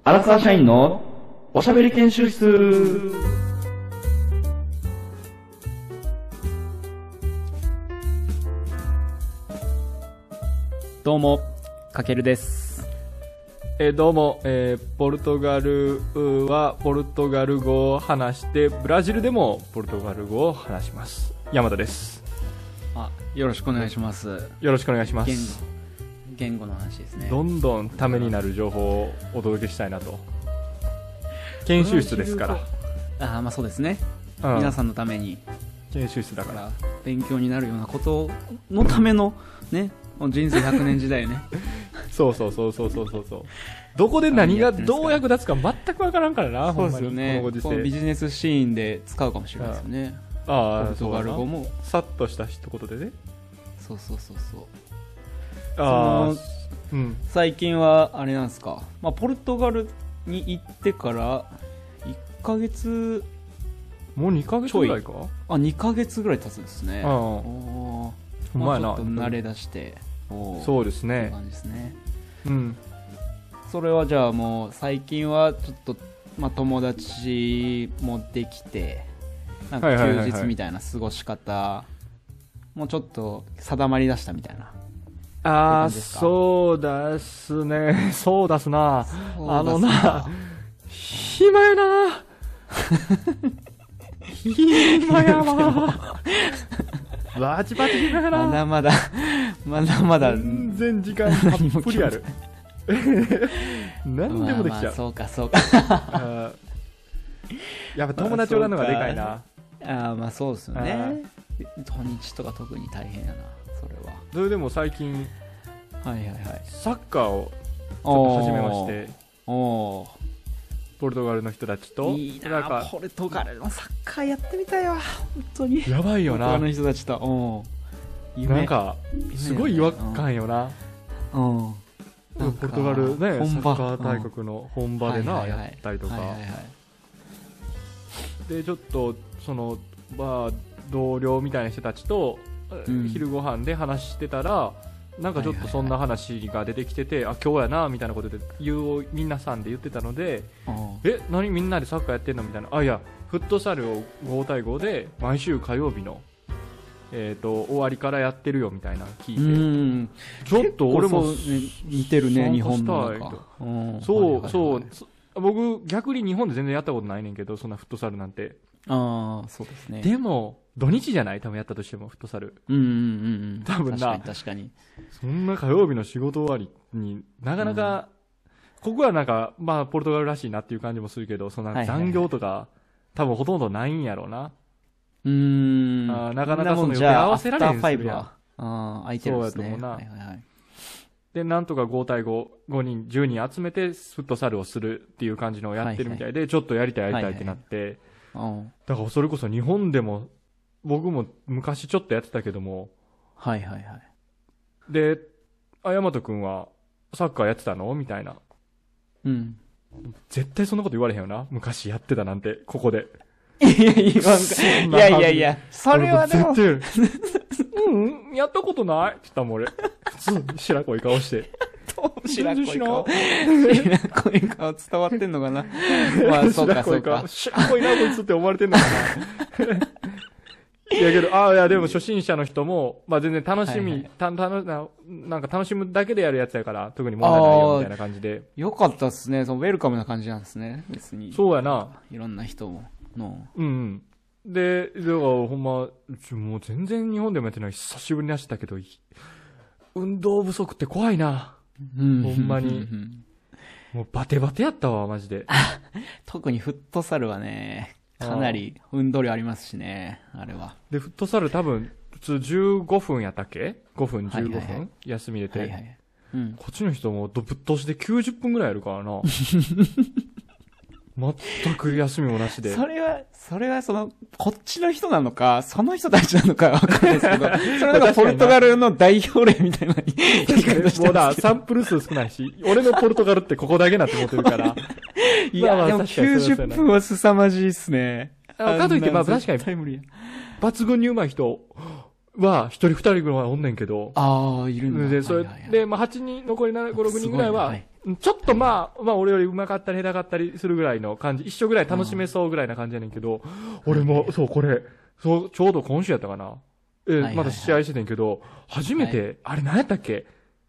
アラサー社員のおしゃべり研修室。 どうも、かけるです。 どうも、ポルトガルはポルトガル語を話して、ブラジルでもポルトガル語を話します。山田です。 よろしくお願いします。 よろしくお願いします。 言語の話ですね。 どんどんためになる情報をお届けしたいなと。研修室ですから。 まあそうですね、皆さんのために研修室だから勉強になるようなことのためのね、人生100年時代ね。 そうどこで何がどう役立つか全く分からんからな。 そうですよね。 このご時世ビジネスシーンで使うかもしれないですよね。ポルトガル語もさっとした一言でね。 そううん、 最近はあれなんですか、ポルトガルに行ってから1ヶ月もう2ヶ月ぐらいか。 2ヶ月ぐらい経つんですね。 ちょっと慣れ出して。 そうですね。 そういう感じですね。 うん。 それはじゃあもう最近はちょっと、友達もできて、なんか休日みたいな過ごし方、もうちょっと定まり出したみたいな。 そうですね。そうだすな。暇やな。暇やわ。バチバチ暇やな。 まだまだ。 全然時間たっぷりある。何でもできちゃう。 そうか。 やっぱ友達おらんのがでかいな。 そうですよね。土日とか特に大変やな、それは。 それでも最近、サッカーをちょっと始めまして、ポルトガルの人たちと。 いいな、ポルトガルのサッカーやってみたいわ、本当に。 やばいよな。 ポルトガルの人たちと。 なんかすごい違和感よな。ポルトガルね、サッカー大国の本場でやったりとかで、ちょっとその同僚みたいな人たちと昼ご飯で話してたら、なんかちょっとそんな話が出てきてて、今日やなみたいなことで皆さんで言ってたので、何みんなでサッカーやってんのみたいな。いや、フットサルを5対5で毎週火曜日の終わりからやってるよみたいな聞いて、ちょっと俺も似てるね、日本のそう僕逆に日本で全然やったことないねんけど、そんなフットサルなんて。 そうですね。 でも土日じゃない、多分やったとしてもフットサル。多分な。 確かに。 そんな火曜日の仕事終わりになかなか、ここはなんかポルトガルらしいなっていう感じもするけど、そんな残業とか多分ほとんどないんやろうな。なかなかその予定合わせられへんするやん。 空いてるんですね。 そうやと思うな。で、なんとか5対5、5人、10人集めてフットサルをするっていう感じのをやってるみたいで、ちょっとやりたいってなって、だからそれこそ日本でも、僕も昔ちょっとやってたけども、で、大和くんはサッカーやってたのみたいな。絶対そんなこと言われへんよな。昔やってたなんて、ここで。 いや、それはでも。 やったことないって言ったもん俺。普通に白濃い顔して。 白濃い顔伝わってんのかな。そうか。 白濃いなこいつって思われてんのかな。いやけど、でも初心者の人も、全然楽しみ、なんか楽しむだけでやるやつやから、特に問題ないよみたいな感じで。 よかったっすね。ウェルカムな感じなんですね、別に。 そうやな。 いろんな人も。 で、だからほんま、もう全然日本でもやってない、久しぶりに走ったけど、運動不足って怖いな。ほんまに。もうバテバテやったわ、マジで。 特にフットサルはね、かなり運動量ありますしね、あれは。 で、フットサル多分、普通15分やったっけ ?5 分、15分、休み入れて。こっちの人もぶっ通しで90分ぐらいやるからな。全く休みもなしで。 それはこっちの人なのか、その人たちなのかわかんないですけど、それがポルトガルの代表例みたいな言い方してますけど。 もうサンプル数少ないし、俺のポルトガルってここだけなって思ってるから。 いや、でも90分は凄まじいっすね。 かといって、確かに、抜群に上手い人は、一人二人ぐらいおんねんけど。 いるんだ。 で、それで、8人、残り5、6人ぐらいは、 ちょっとまあ俺より上手かったり下手かったりするぐらいの感じ、一緒ぐらい楽しめそうぐらいな感じやねんけど、俺も、そう、これ、そう、ちょうど今週やったかな。まだ試合しててんけど、初めて、あれ何やったっけ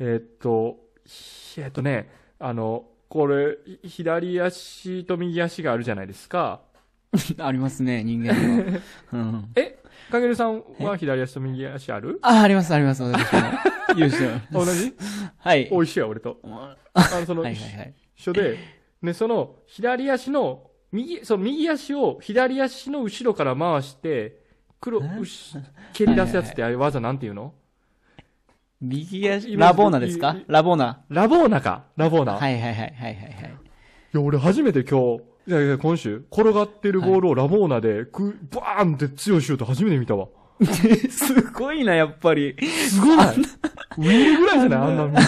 これ、左足と右足があるじゃないですか。 ありますね、人間の。うん、 かげるさんは左足と右足ある？ あります、あります、私も。優秀。 同じ？ はい。 おいしいや、俺と。一緒で、ね、その、左足の、右足を左足の後ろから回して、蹴り出すやつってあれ技なんて言うの？ 右足、ラボーナですか？ラボーナ。 ラボーナか。ラボーナ。 はい。いや、俺初めて今週、転がってるボールをラボーナで、バーンって強いシュート初めて見たわ。 すごいな、やっぱり。 すごいない？ウィールぐらいじゃない？あんなみんな。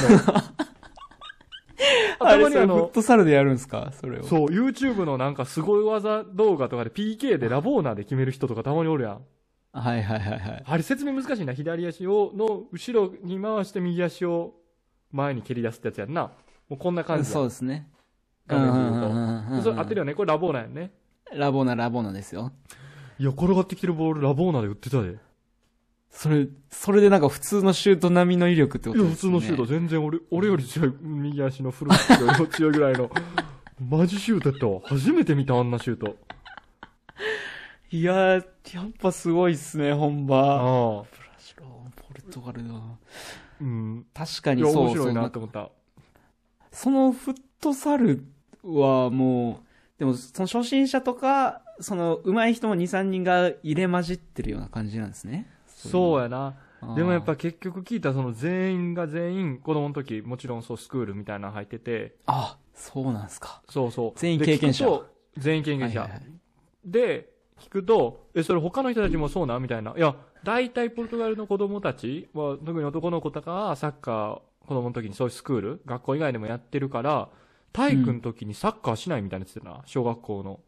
たまにフットサルでやるんすか？それを。 そう、YouTube のなんかすごい技動画とかで PK でラボーナで決める人とかたまにおるやん。 はい。 あれ説明難しいな。左足の後ろに回して右足を前に蹴り出すってやつやんな。もうこんな感じ。 そうですね。 画面で言うと。それ合ってるよね。これラボーナやんね。 ラボーナですよ。 いや、転がってきてるボールラボーナで打ってたで。 それでなんか普通のシュート並みの威力ってことですね。 いや、普通のシュート全然俺より強い、右足のフルバックよりも強いぐらいの。マジシュートやったわ。初めて見たあんなシュート。 いやー、やっぱすごいっすね、本場。 ああ。 ブラジル、ポルトガルだ。 うん。 確かにそう。 面白いなと思った。 そのフットサルはもう、でもその初心者とか、その上手い人も2、3人が入れ混じってるような感じなんですね。 そうやな。でもやっぱ結局聞いたその全員が全員子供の時もちろんそうスクールみたいなの入ってて。 あ、そうなんですか。 そう。 全員経験者。 全員経験者。で、聞くと、それ他の人たちもそうなみたいな。いや、大体ポルトガルの子供たちは、特に男の子とかはサッカー、子供の時にそういうスクール、学校以外でもやってるから、体育の時にサッカーしないみたいなやつだな、小学校の。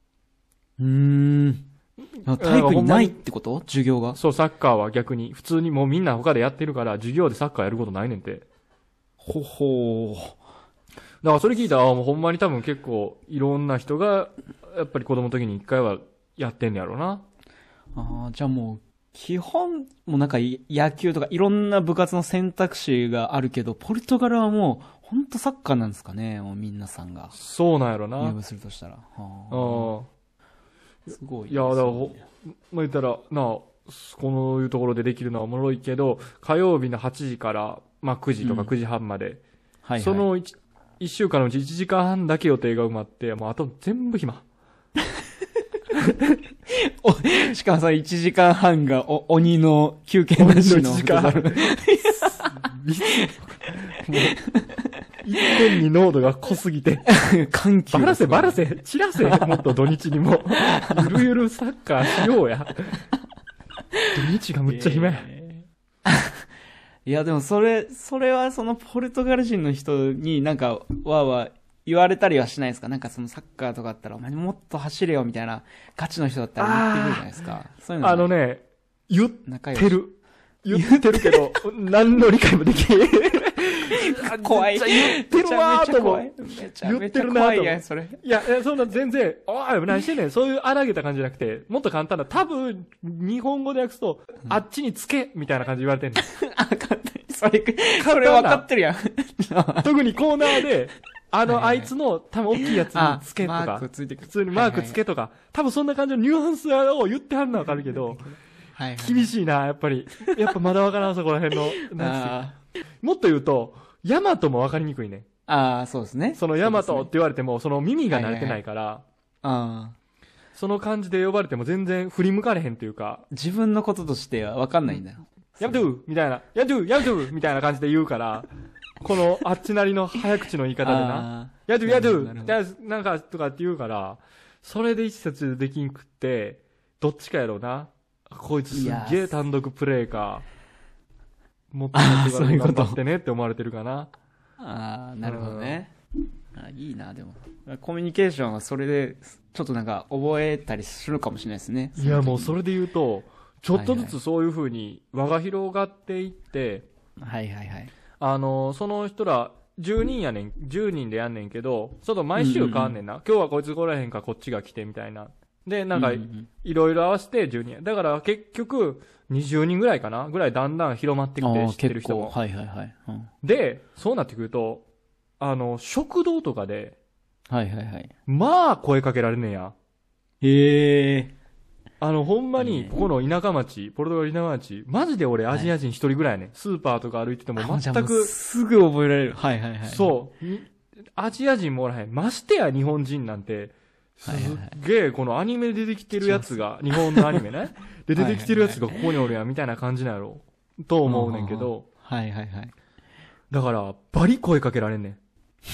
体育にないってこと？授業が？ そう、サッカーは逆に、普通にもうみんな他でやってるから、授業でサッカーやることないねんて。 ほほー。 だからそれ聞いたら、もうほんまに多分結構、いろんな人が、やっぱり子供の時に一回はやってんねやろうな。 ああ、じゃあもう、基本、もうなんか野球とかいろんな部活の選択肢があるけど、ポルトガルはもう、ほんとサッカーなんですかね、もうみんなさんが。 そうなんやろな。 入部するとしたら。すごい、ね。 いや、だから、言ったら、このいうところでできるのはおもろいけど、火曜日の8時から、9時とか9時半まで、その1週間のうち1時間半だけ予定が埋まって、もうあと全部暇。 しかもその1時間半が鬼の休憩なしの 1時間半。一点に濃度が濃すぎて。 緩急。 バラせ、散らせ、もっと土日にも。ゆるゆるサッカーしようや。土日がむっちゃ暇や。 いや、でもそれはそのポルトガル人の人になんか、わーわー言われたりはしないですか？なんかそのサッカーとかだったら、お前もっと走れよみたいな、ガチの人だったら言ってくるじゃないですか。そういうの言ってる。言ってるけど、何の理解もできない。 怖い。 言ってるわーと思う。 言ってるなーと思う。それ。 いや、そんな全然、何してんねん。そういう荒げた感じじゃなくて、もっと簡単な、多分、日本語で訳すと、あっちにつけみたいな感じ言われてんねん。それ分かってるやん。特にコーナーで、あいつの、多分大きいやつにつけとか、普通にマークつけとか、多分そんな感じのニュアンスを言ってはんのはわかるけど、厳しいな、やっぱり。やっぱまだわからん、そこら辺の。もっと言うと、ヤマトもわかりにくいね。 そうですね。 そのヤマトって言われても、その耳が慣れてないから、その感じで呼ばれても全然振り向かれへんというか。 自分のこととしてはわかんないんだよ。 ヤマトゥみたいな、ヤマトゥみたいな感じで言うから、このあっちなりの早口の言い方でな、ヤトゥなんかとかって言うから、それで一節できんくって、どっちかやろうな。こいつすっげえ単独プレイか。もっと頑張ってねって思われてるかな。 なるほどね。いいな、でも。コミュニケーションはそれで、ちょっとなんか覚えたりするかもしれないですね。 いや、もうそれで言うと、ちょっとずつそういう風に輪が広がっていって、その人ら 10人やねん、10人でやんねんけど、ちょっと毎週変わんねんな。今日はこいつ来らへんからこっちが来てみたいな。で、なんか、いろいろ合わせて10人や。だから結局、20人ぐらいかなぐらいだんだん広まってきて、知ってる人も。 はいはいはい。 で、そうなってくると、食堂とかで、 はいはいはい。 まあ、声かけられんねんや。 へえ。 ほんまに、ここの田舎町、ポルトガル田舎町、マジで俺アジア人一人ぐらいやねん。スーパーとか歩いてても全く。 すぐ覚えられる。はいはいはい。 そう。アジア人もおらへん。ましてや日本人なんて、すっげえ、このアニメで出てきてるやつが、日本のアニメね。で、出てきてるやつがここにおるやん、みたいな感じなんやろ。と思うねんけど。 はいはいはい。 だから、バリ声かけられんねん。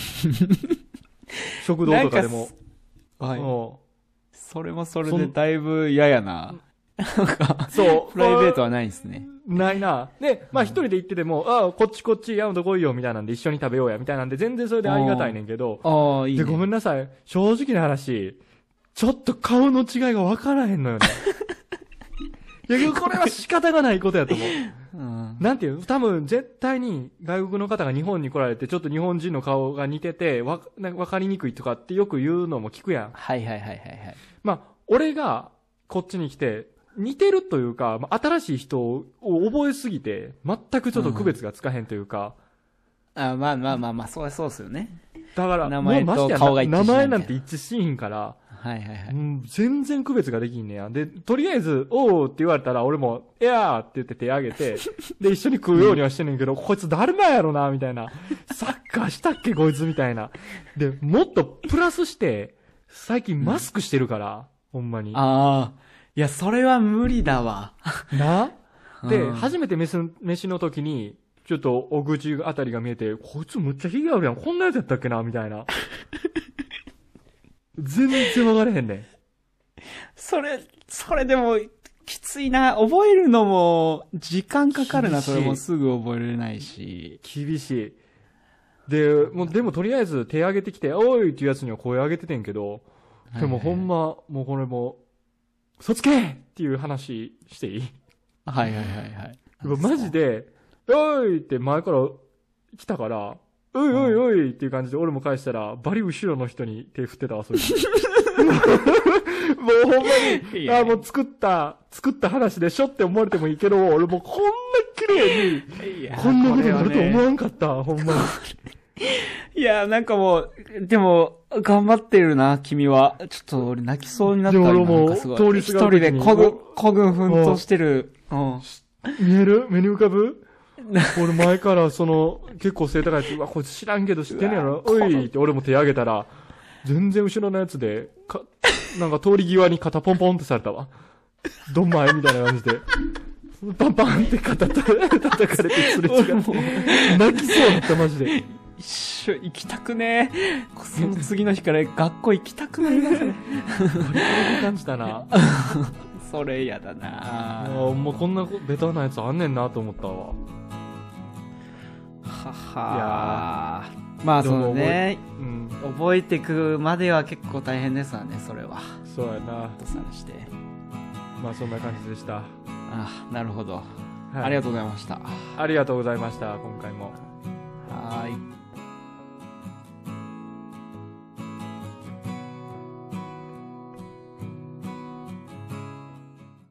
食堂とかでも。 はい。それもそれでだいぶ嫌やな。なんか、 そう。 プライベートはないんですね。 ないな。で、まあ一人で行ってても、こっちこっち、ヤマト来いよ、みたいなんで一緒に食べようや、みたいなんで全然それでありがたいねんけど。 いいね。 で、ごめんなさい。正直な話、ちょっと顔の違いが分からへんのよね。いや、これは仕方がないことやと思う。なんていう多分絶対に外国の方が日本に来られて、ちょっと日本人の顔が似てて、分かりにくいとかってよく言うのも聞くやん。 はいはいはいはいはい。 まあ、俺がこっちに来て、似てるというか、新しい人を覚えすぎて、全くちょっと区別がつかへんというか。 まあ、そうですよね。 だから、 名前と顔が一致しない。 名前なんて一致しひんから、 はいはいはい。 全然区別ができんねや。で、とりあえず、おーって言われたら、俺も、いやーって言って手挙げて、で、一緒に食うようにはしてんねんけど、こいつ誰なんやろな、みたいな。サッカーしたっけ、こいつみたいな。で、もっとプラスして、最近マスクしてるから、ほんまに。 いや、それは無理だわ。 なで、初めて飯の時に、ちょっと、お口あたりが見えて、こいつむっちゃヒゲあるやん。こんなやつやったっけなみたいな。全然分かれへんねん。 それでも、きついな。覚えるのも、時間かかるな。それもすぐ覚えれないし。 厳しい。でもとりあえず手挙げてきて、おいっていうやつには声上げててんけど、でもほんま、もうこれも、嘘つけっていう話していい？ はいはいはいはい。 マジで、おいって前から来たから、おいおいおいっていう感じで俺も返したら、バリ後ろの人に手振ってたわ、そいつ。もうほんまに、もう作った話でしょって思われてもいいけど、俺もうこんな綺麗に、こんなことになると思わんかった、ほんまに。 いや、なんかもう、でも、頑張ってるな、君は。ちょっと俺泣きそうになった今。 俺も通りすごい。一人で孤軍奮闘してる。 見える？目に浮かぶ？俺前から結構背高いやつ、うわ、こいつ知らんけど知ってんねやろ、おいって俺も手挙げたら、全然後ろのやつで、なんか通り際に肩ポンポンってされたわ。どんまいみたいな感じで。パンパンって肩叩かれてすれ違って。泣きそうだった、マジで。 一緒行きたくねえ。その次の日から学校行きたくなりますね。 感じたな。 それ嫌だな。 もうこんなベタなやつあんねんなと思ったわ。 はは。まあそのね、覚えてくまでは結構大変ですわね、それは。 そうやな。 とさらして。 まあそんな感じでした。 なるほど。ありがとうございました。 ありがとうございました、今回も。 はい。